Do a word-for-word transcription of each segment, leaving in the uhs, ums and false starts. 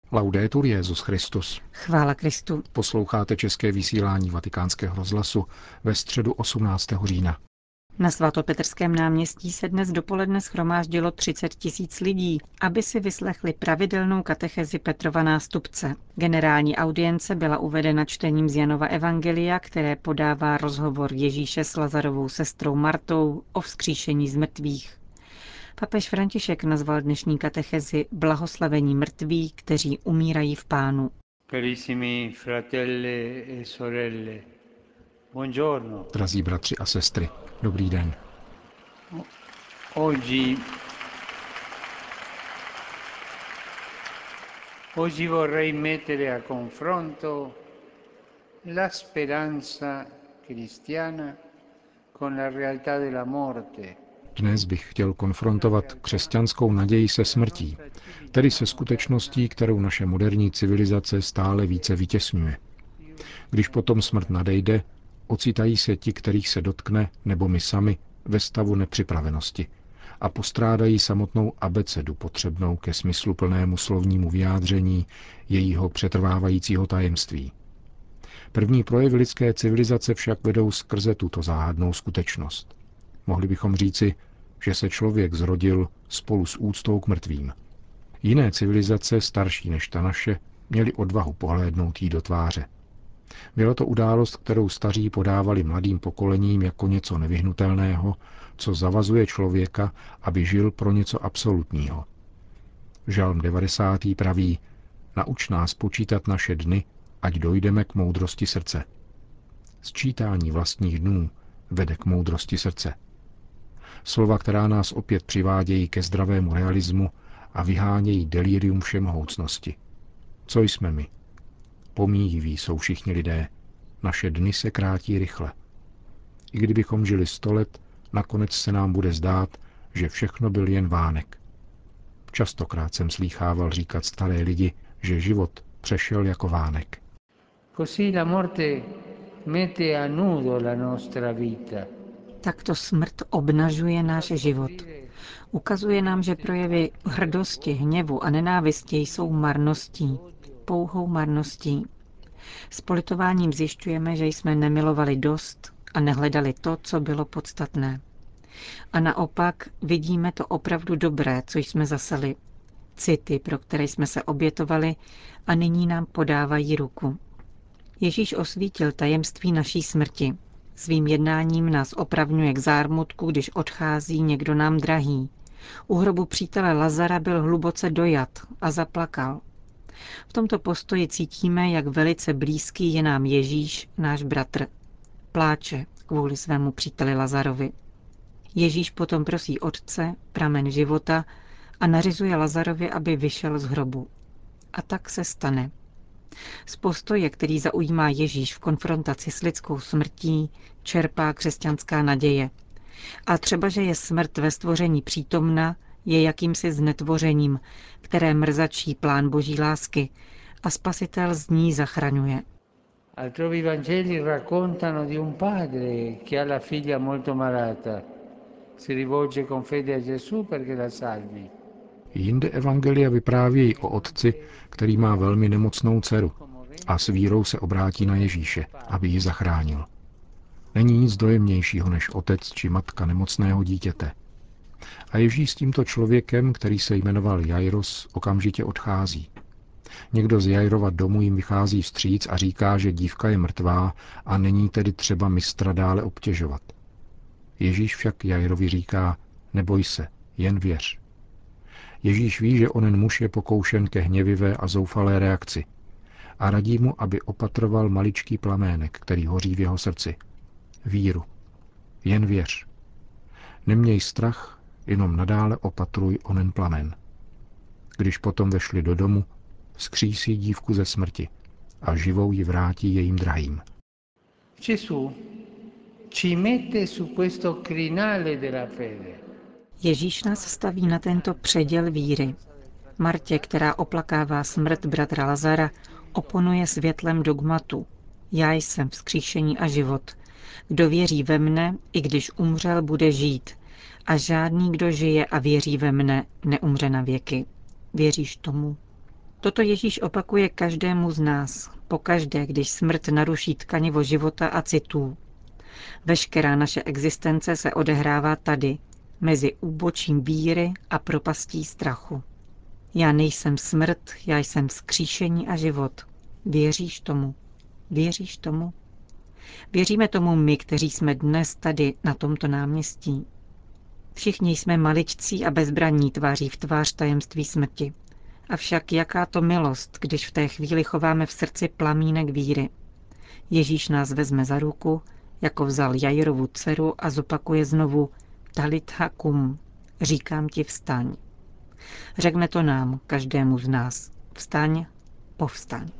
Laudetur Jesus Christus. Chvála Kristu. Posloucháte české vysílání Vatikánského rozhlasu ve středu osmnáctého října. Na svatopetrském náměstí se dnes dopoledne shromáždilo třicet tisíc lidí, aby si vyslechli pravidelnou katechezi Petrova nástupce. Generální audience byla uvedena čtením z Janova evangelia, které podává rozhovor Ježíše s Lazarovou sestrou Martou o vzkříšení z mrtvých. Papež František nazval dnešní katechezi Blahoslavení mrtví, kteří umírají v Pánu. Carissimi fratelli e sorelle, buongiorno. Drazí bratři a sestry, dobrý den. Oggi Oggi vorrei mettere a confronto la speranza cristiana con la realtà della morte. Dnes bych chtěl konfrontovat křesťanskou naději se smrtí, tedy se skutečností, kterou naše moderní civilizace stále více vytěsňuje. Když potom smrt nadejde, ocitají se ti, kterých se dotkne, nebo my sami, ve stavu nepřipravenosti a postrádají samotnou abecedu potřebnou ke smysluplnému slovnímu vyjádření jejího přetrvávajícího tajemství. První projevy lidské civilizace však vedou skrze tuto záhadnou skutečnost. Mohli bychom říci, že se člověk zrodil spolu s úctou k mrtvým. Jiné civilizace, starší než ta naše, měly odvahu pohlédnout jí do tváře. Byla to událost, kterou staří podávali mladým pokolením jako něco nevyhnutelného, co zavazuje člověka, aby žil pro něco absolutního. Žalm devadesátý praví: Nauč nás počítat naše dny, ať dojdeme k moudrosti srdce. Sčítání vlastních dnů vede k moudrosti srdce. Slova, která nás opět přivádějí ke zdravému realismu a vyhánějí delirium všemohoucnosti. Co jsme my? Pomíjiví jsou všichni lidé. Naše dny se krátí rychle. I kdybychom žili sto let, nakonec se nám bude zdát, že všechno byl jen vánek. Častokrát jsem slýchával říkat staré lidi, že život přešel jako vánek. Così la morte mette a nudo la nostra vita. Takto smrt obnažuje náš život. Ukazuje nám, že projevy hrdosti, hněvu a nenávisti jsou marností, pouhou marností. S politováním zjišťujeme, že jsme nemilovali dost a nehledali to, co bylo podstatné. A naopak vidíme to opravdu dobré, co jsme zaseli. City, pro které jsme se obětovali a nyní nám podávají ruku. Ježíš osvítil tajemství naší smrti. Svým jednáním nás opravňuje k zármutku, když odchází někdo nám drahý. U hrobu přítele Lazara byl hluboce dojat a zaplakal. V tomto postoji cítíme, jak velice blízký je nám Ježíš, náš bratr. Pláče kvůli svému příteli Lazarovi. Ježíš potom prosí Otce, pramen života, a nařizuje Lazarovi, aby vyšel z hrobu. A tak se stane. Z postoje, který zaujímá Ježíš v konfrontaci s lidskou smrtí, čerpá křesťanská naděje. A třeba, že je smrt ve stvoření přítomna, je jakýmsi znetvořením, které mrzačí plán Boží lásky a Spasitel z ní zachraňuje. Altrove Vangeli raccontano di un padre che ha la figlia molto malata. Si rivolge con fede a Gesù perché la salvi. Jinde evangelia vyprávějí o otci, který má velmi nemocnou dceru a s vírou se obrátí na Ježíše, aby ji zachránil. Není nic dojemnějšího než otec či matka nemocného dítěte. A Ježíš s tímto člověkem, který se jmenoval Jairos, okamžitě odchází. Někdo z Jairova domu jim vychází vstříc a říká, že dívka je mrtvá a není tedy třeba mistra dále obtěžovat. Ježíš však Jairovi říká: neboj se, jen věř. Ježíš ví, že onen muž je pokoušen ke hněvivé a zoufalé reakci a radí mu, aby opatroval maličký plamének, který hoří v jeho srdci. Víru. Jen věř. Neměj strach, jenom nadále opatruj onen plamen. Když potom vešli do domu, vzkřísí dívku ze smrti a živou ji vrátí jejím drahým. Gesù ci mette su questo crinale della fede. Ježíš nás staví na tento předěl víry. Martě, která oplakává smrt bratra Lazara, oponuje světlem dogmatu. Já jsem vzkříšení a život. Kdo věří ve mne, i když umřel, bude žít. A žádný, kdo žije a věří ve mne, neumře na věky. Věříš tomu? Toto Ježíš opakuje každému z nás, pokaždé, když smrt naruší tkanivo života a citů. Veškerá naše existence se odehrává tady, mezi úbočím víry a propastí strachu. Já nejsem smrt, já jsem vzkříšení a život. Věříš tomu? Věříš tomu? Věříme tomu my, kteří jsme dnes tady na tomto náměstí. Všichni jsme maličcí a bezbranní tváří v tvář tajemství smrti. Avšak jaká to milost, když v té chvíli chováme v srdci plamínek víry. Ježíš nás vezme za ruku, jako vzal Jairovu dceru a zopakuje znovu Talitha kum, říkám ti vstaň. Řekne to nám, každému z nás. Vstaň, povstaň.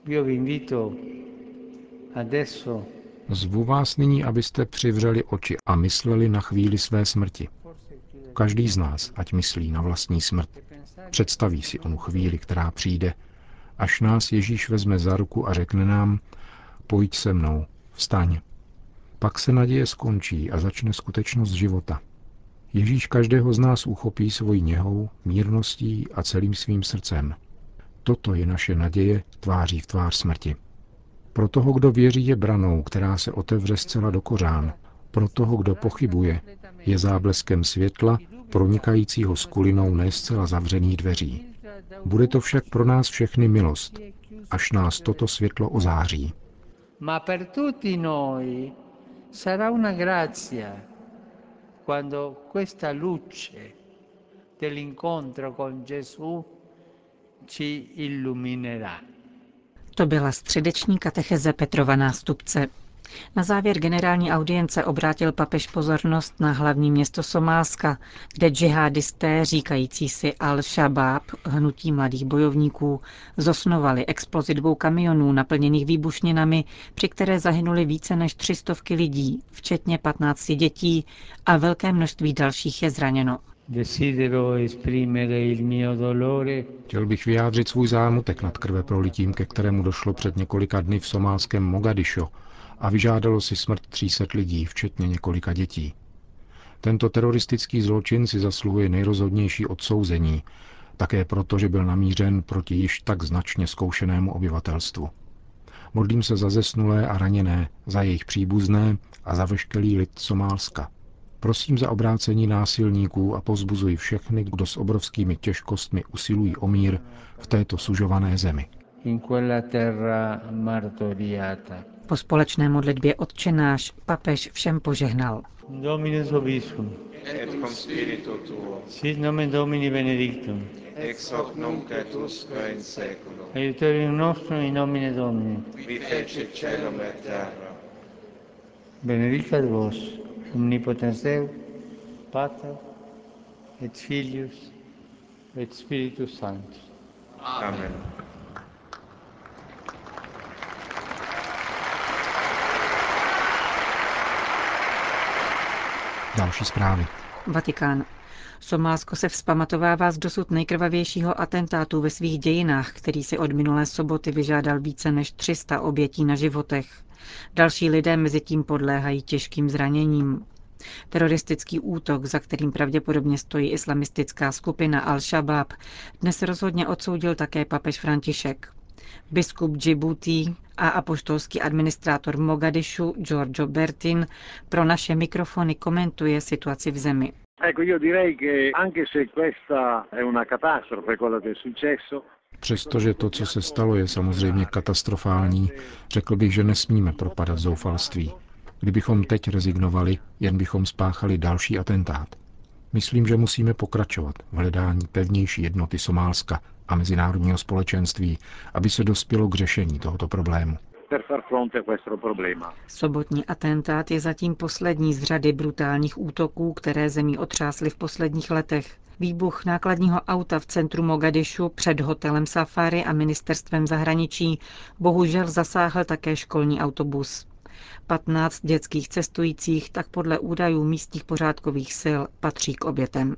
Zvu vás nyní, abyste přivřeli oči a mysleli na chvíli své smrti. Každý z nás, ať myslí na vlastní smrt, představí si onu chvíli, která přijde, až nás Ježíš vezme za ruku a řekne nám, pojď se mnou, vstaň. Pak se naděje skončí a začne skutečnost života. Ježíš každého z nás uchopí svojí něhou, mírností a celým svým srdcem. Toto je naše naděje tváří v tvář smrti. Pro toho, kdo věří, je branou, která se otevře zcela do kořán. Pro toho, kdo pochybuje, je zábleskem světla, pronikajícího skulinou ne zcela zavřených dveří. Bude to však pro nás všechny milost, až nás toto světlo ozáří. Ma per tutti noi sarà una grazia quando questa luce dell'incontro con Gesù ci illuminerà. To byla středeční katecheze Petrova nástupce. Na závěr generální audience obrátil papež pozornost na hlavní město Somálska, kde džihadisté říkající si Al-Shabaab, hnutí mladých bojovníků, zosnovali explozi dvou kamionů naplněných výbušninami, při které zahynuli více než tři stovky lidí, včetně patnácti dětí a velké množství dalších je zraněno. Chtěl bych vyjádřit svůj zámutek nad krveprolitím, ke kterému došlo před několika dny v somálském Mogadišu a vyžádalo si smrt tří set lidí, včetně několika dětí. Tento teroristický zločin si zasluhuje nejrozhodnější odsouzení, také proto, že byl namířen proti již tak značně zkoušenému obyvatelstvu. Modlím se za zesnulé a raněné, za jejich příbuzné a za veškerý lid Somálska. Prosím za obrácení násilníků a povzbuzuji všechny, kdo s obrovskými těžkostmi usilují o mír v této sužované zemi. Po společné modlitbě Otče náš papež všem požehnal. Dominus vobiscum. Et cum spiritu tuo. Sit nomen Domini benedictum. Ex hoc nunc et usque in seculum. Aiuterium nostrum in nomine Domini. Qui fecit caelum et terra. Benedicat vos, omnipotens Deus, Pater et Filius et Spiritus Sanctus. Amen. Další zprávy. Vatikán. Somálsko se vzpamatovává z dosud nejkrvavějšího atentátu ve svých dějinách, který si od minulé soboty vyžádal více než tři sta obětí na životech. Další lidé mezi tím podléhají těžkým zraněním. Teroristický útok, za kterým pravděpodobně stojí islamistická skupina Al-Shabaab, dnes rozhodně odsoudil také papež František. Biskup Džibuti a apoštolský administrátor Mogadišu Giorgio Bertin pro naše mikrofony komentuje situaci v zemi. Přestože to, co se stalo, je samozřejmě katastrofální, řekl bych, že nesmíme propadat zoufalství. Kdybychom teď rezignovali, jen bychom spáchali další atentát. Myslím, že musíme pokračovat v hledání pevnější jednoty Somálska a mezinárodního společenství, aby se dospělo k řešení tohoto problému. Sobotní atentát je zatím poslední z řady brutálních útoků, které zemí otřásly v posledních letech. Výbuch nákladního auta v centru Mogadišu před hotelem Safari a ministerstvem zahraničí bohužel zasáhl také školní autobus. patnáct dětských cestujících tak podle údajů místních pořádkových sil patří k obětem.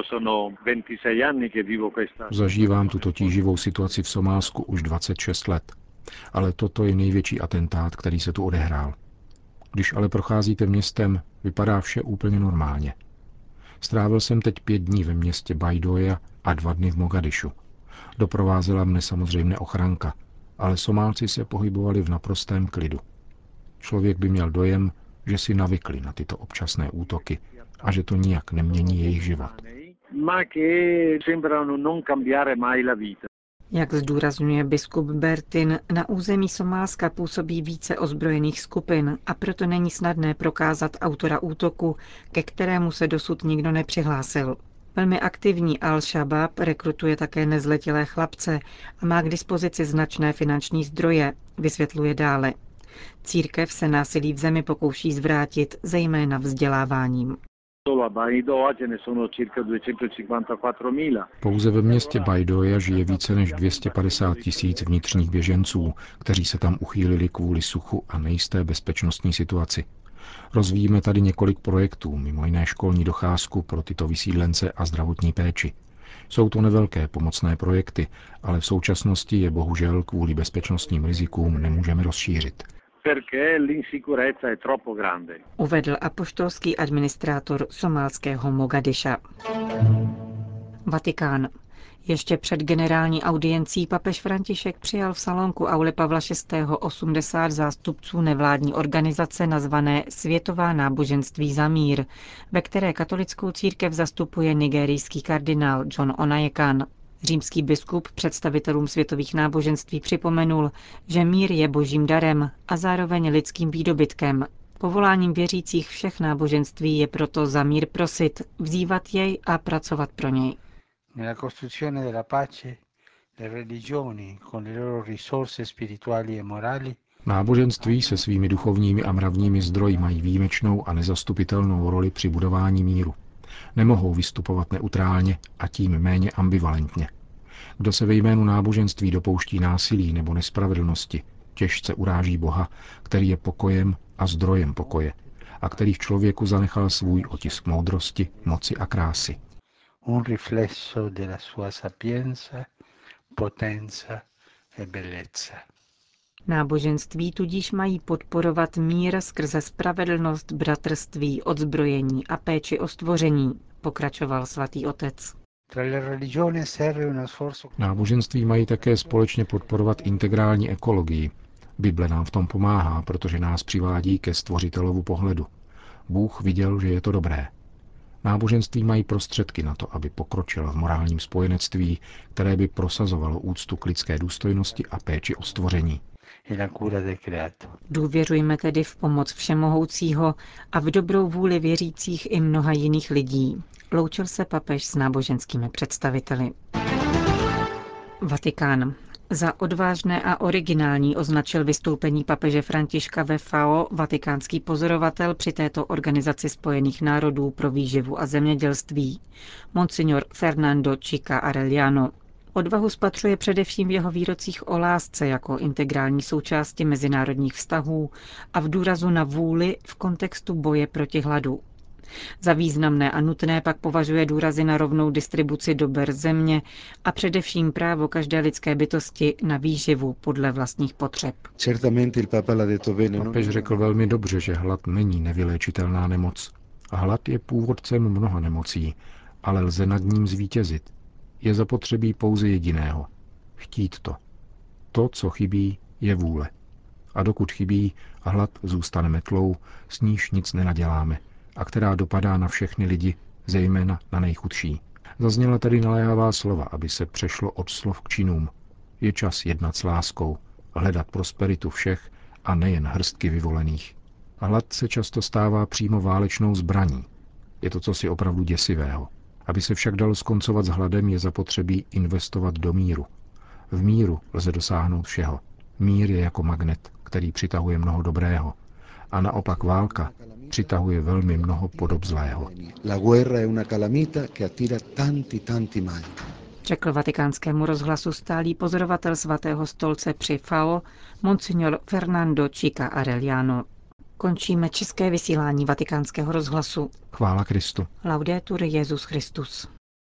Zažívám tuto tíživou situaci v Somálsku už dvacet šest let. Ale toto je největší atentát, který se tu odehrál. Když ale procházíte městem, vypadá vše úplně normálně. Strávil jsem teď pět dní ve městě Bajdoja a dva dny v Mogadišu. Doprovázela mne samozřejmě ochranka, ale Somálci se pohybovali v naprostém klidu. Člověk by měl dojem, že si navykli na tyto občasné útoky a že to nijak nemění jejich život. Jak zdůrazňuje biskup Bertin, na území Somálska působí více ozbrojených skupin a proto není snadné prokázat autora útoku, ke kterému se dosud nikdo nepřihlásil. Velmi aktivní Al-Shabaab rekrutuje také nezletilé chlapce a má k dispozici značné finanční zdroje, vysvětluje dále. Církev se násilí v zemi pokouší zvrátit, zejména vzděláváním. Pouze ve městě Bajdoja žije více než dvě stě padesát tisíc vnitřních běženců, kteří se tam uchýlili kvůli suchu a nejisté bezpečnostní situaci. Rozvíjíme tady několik projektů, mimo jiné školní docházku pro tyto vysídlence a zdravotní péči. Jsou to nevelké pomocné projekty, ale v současnosti je bohužel kvůli bezpečnostním rizikům nemůžeme rozšířit. Uvedl apoštolský administrátor somálského Mogadiša. Vatikán. Ještě před generální audiencí papež František přijal v salonku auly Pavla šestého. osmdesát zástupců nevládní organizace nazvané Světová náboženství za mír, ve které katolickou církev zastupuje nigerijský kardinál John Onayekan. Římský biskup představitelům světových náboženství připomenul, že mír je božím darem a zároveň lidským výdobytkem. Povoláním věřících všech náboženství je proto za mír prosit, vzývat jej a pracovat pro něj. Nella costruzione della pace, le religioni con le loro risorse spirituali e morali. Náboženství se svými duchovními a mravními zdroji mají výjimečnou a nezastupitelnou roli při budování míru. Nemohou vystupovat neutrálně a tím méně ambivalentně. Kdo se ve jménu náboženství dopouští násilí nebo nespravedlnosti, těžce uráží Boha, který je pokojem a zdrojem pokoje a který v člověku zanechal svůj otisk moudrosti, moci a krásy. Un riflesso della sua sapienza, potenza e bellezza. Náboženství tudíž mají podporovat mír skrze spravedlnost, bratrství, odzbrojení a péči o stvoření, pokračoval svatý otec. Náboženství mají také společně podporovat integrální ekologii. Bible nám v tom pomáhá, protože nás přivádí ke stvořitelovu pohledu. Bůh viděl, že je to dobré. Náboženství mají prostředky na to, aby pokročilo v morálním spojenectví, které by prosazovalo úctu k lidské důstojnosti a péči o stvoření. Důvěřujme tedy v pomoc Všemohoucího a v dobrou vůli věřících i mnoha jiných lidí. Loučil se papež s náboženskými představiteli. Vatikán. Za odvážné a originální označil vystoupení papeže Františka ve F A O vatikánský pozorovatel při této organizaci Spojených národů pro výživu a zemědělství, monsignor Fernando Chica Arellano. Odvahu spatřuje především v jeho výrocích o lásce jako integrální součásti mezinárodních vztahů a v důrazu na vůli v kontextu boje proti hladu. Za významné a nutné pak považuje důrazy na rovnou distribuci dober země a především právo každé lidské bytosti na výživu podle vlastních potřeb. Papež řekl velmi dobře, že hlad není nevyléčitelná nemoc. A hlad je původcem mnoha nemocí, ale lze nad ním zvítězit. Je zapotřebí pouze jediného. Chtít to. To, co chybí, je vůle. A dokud chybí, hlad zůstane metlou, s níž nic nenaděláme a která dopadá na všechny lidi, zejména na nejchudší. Zazněla tedy naléhavá slova, aby se přešlo od slov k činům. Je čas jednat s láskou, hledat prosperitu všech a nejen hrstky vyvolených. A hlad se často stává přímo válečnou zbraní. Je to cosi opravdu děsivého. Aby se však dalo skoncovat s hladem, je zapotřebí investovat do míru. V míru lze dosáhnout všeho. Mír je jako magnet, který přitahuje mnoho dobrého. A naopak válka přitahuje velmi mnoho podob zlého. Řekl Vatikánskému rozhlasu stálý pozorovatel svatého stolce při F A O, monsignor Fernando Chica Arellano. Končíme české vysílání Vatikánského rozhlasu. Chvála Kristu. Laudetur Jesus Christus.